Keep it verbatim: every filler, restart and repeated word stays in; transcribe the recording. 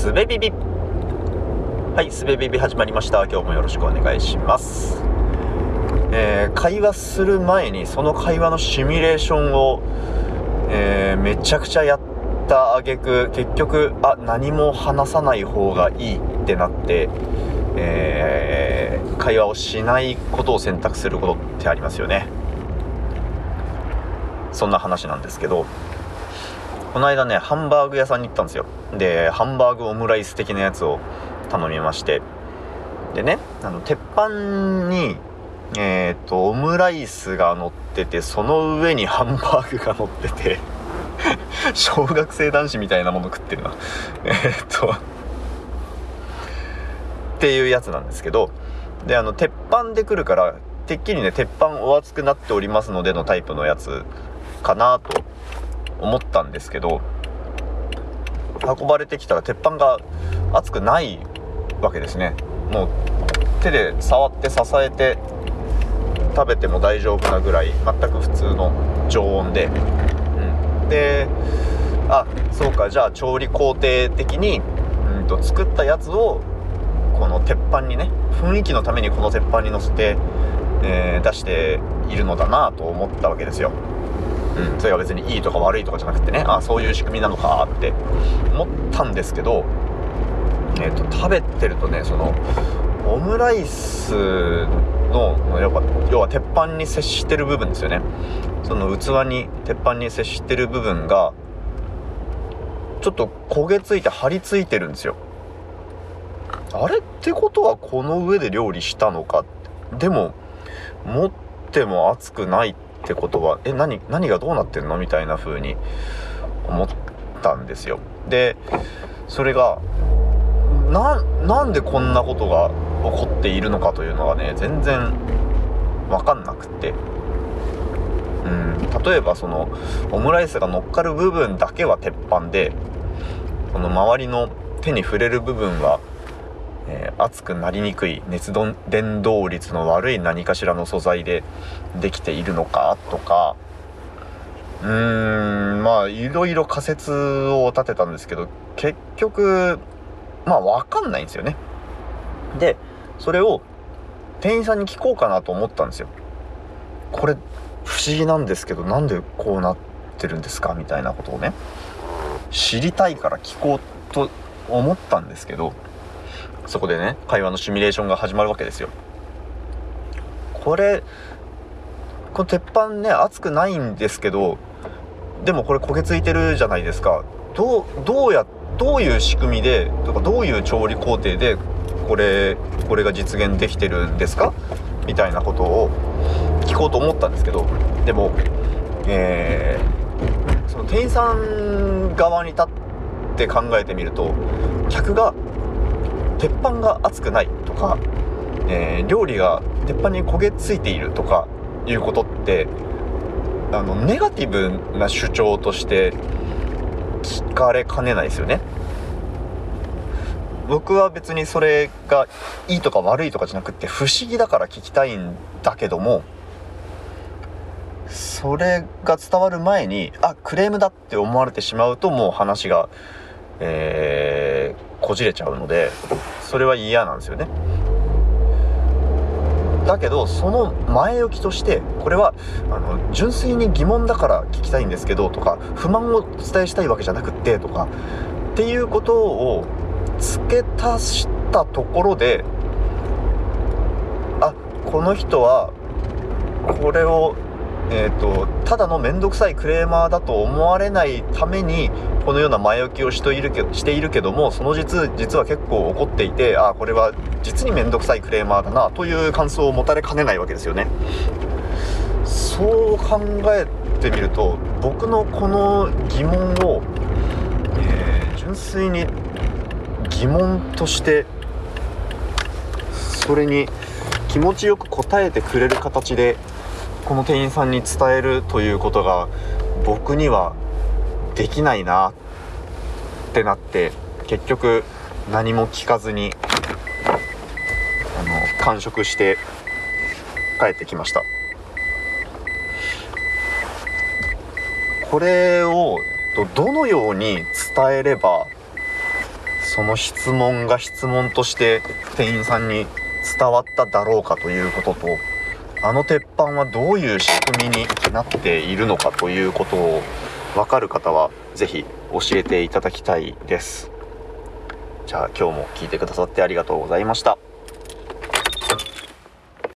すべビビ。はい、すべビビ始まりました。今日もよろしくお願いします。えー、会話する前にその会話のシミュレーションを、えー、めちゃくちゃやった挙句、結局あ何も話さない方がいいってなって、えー、会話をしないことを選択することってありますよね。そんな話なんですけど、この間ねハンバーグ屋さんに行ったんですよ。でハンバーグオムライス的なやつを頼みまして、でねあの鉄板にえーとオムライスが乗ってて、その上にハンバーグが乗ってて小学生男子みたいなもの食ってるなえーとっていうやつなんですけど、であの鉄板で来るからてっきりね鉄板お熱くなっておりますのでのタイプのやつかなと思ったんですけど、運ばれてきたら鉄板が熱くないわけですね。もう手で触って支えて食べても大丈夫なぐらい全く普通の常温で、うん、であそうかじゃあ調理工程的に、うんと作ったやつをこの鉄板にね雰囲気のためにこの鉄板に乗せて、えー、出しているのだなと思ったわけですよ。うん、それが別にいいとか悪いとかじゃなくてね、あそういう仕組みなのかって思ったんですけど、えーと、食べてるとねそのオムライスの要は、要は鉄板に接してる部分ですよね。その器に鉄板に接してる部分がちょっと焦げついて張り付いてるんですよ。あれってことはこの上で料理したのか。でも持っても熱くないってことはえ何何がどうなってんのみたいな風に思ったんですよ。でそれがななんでこんなことが起こっているのかというのがね全然分かんなくて、うん例えばそのオムライスが乗っかる部分だけは鉄板で、その周りの手に触れる部分はえー、熱くなりにくい熱伝導率の悪い何かしらの素材でできているのかとか、うーんまあいろいろ仮説を立てたんですけど結局まあ分かんないんですよね。でそれを店員さんに聞こうかなと思ったんですよ。これ不思議なんですけどなんでこうなってるんですかみたいなことをね知りたいから聞こうと思ったんですけど、そこでね会話のシミュレーションが始まるわけですよ。これこの鉄板ね熱くないんですけどでもこれ焦げついてるじゃないですか。どうどうやどういう仕組みでとかどういう調理工程でこれこれが実現できてるんですかみたいなことを聞こうと思ったんですけど、でも、えー、その店員さん側に立って考えてみると客が鉄板が熱くないとか、えー、料理が鉄板に焦げついているとかいうことってあのネガティブな主張として聞かれかねないですよね。僕は別にそれがいいとか悪いとかじゃなくて不思議だから聞きたいんだけども、それが伝わる前にあクレームだって思われてしまうともう話がえー、こじれちゃうのでそれは嫌なんですよね。だけどその前置きとしてこれはあの純粋に疑問だから聞きたいんですけどとか不満をお伝えしたいわけじゃなくってとかっていうことを付け足したところであこの人はこれをえーと、ただのめんどくさいクレーマーだと思われないためにこのような前置きをしているけど、しているけどもその実実は結構怒っていてあこれは実にめんどくさいクレーマーだなという感想を持たれかねないわけですよね。そう考えてみると僕のこの疑問を、えー、純粋に疑問としてそれに気持ちよく答えてくれる形でこの店員さんに伝えるということが僕にはできないなってなって結局何も聞かずにあの完食して帰ってきました。これをどのように伝えればその質問が質問として店員さんに伝わっただろうかということと、あの鉄板はどういう仕組みになっているのかということを分かる方はぜひ教えていただきたいです。じゃあ今日も聞いてくださってありがとうございました。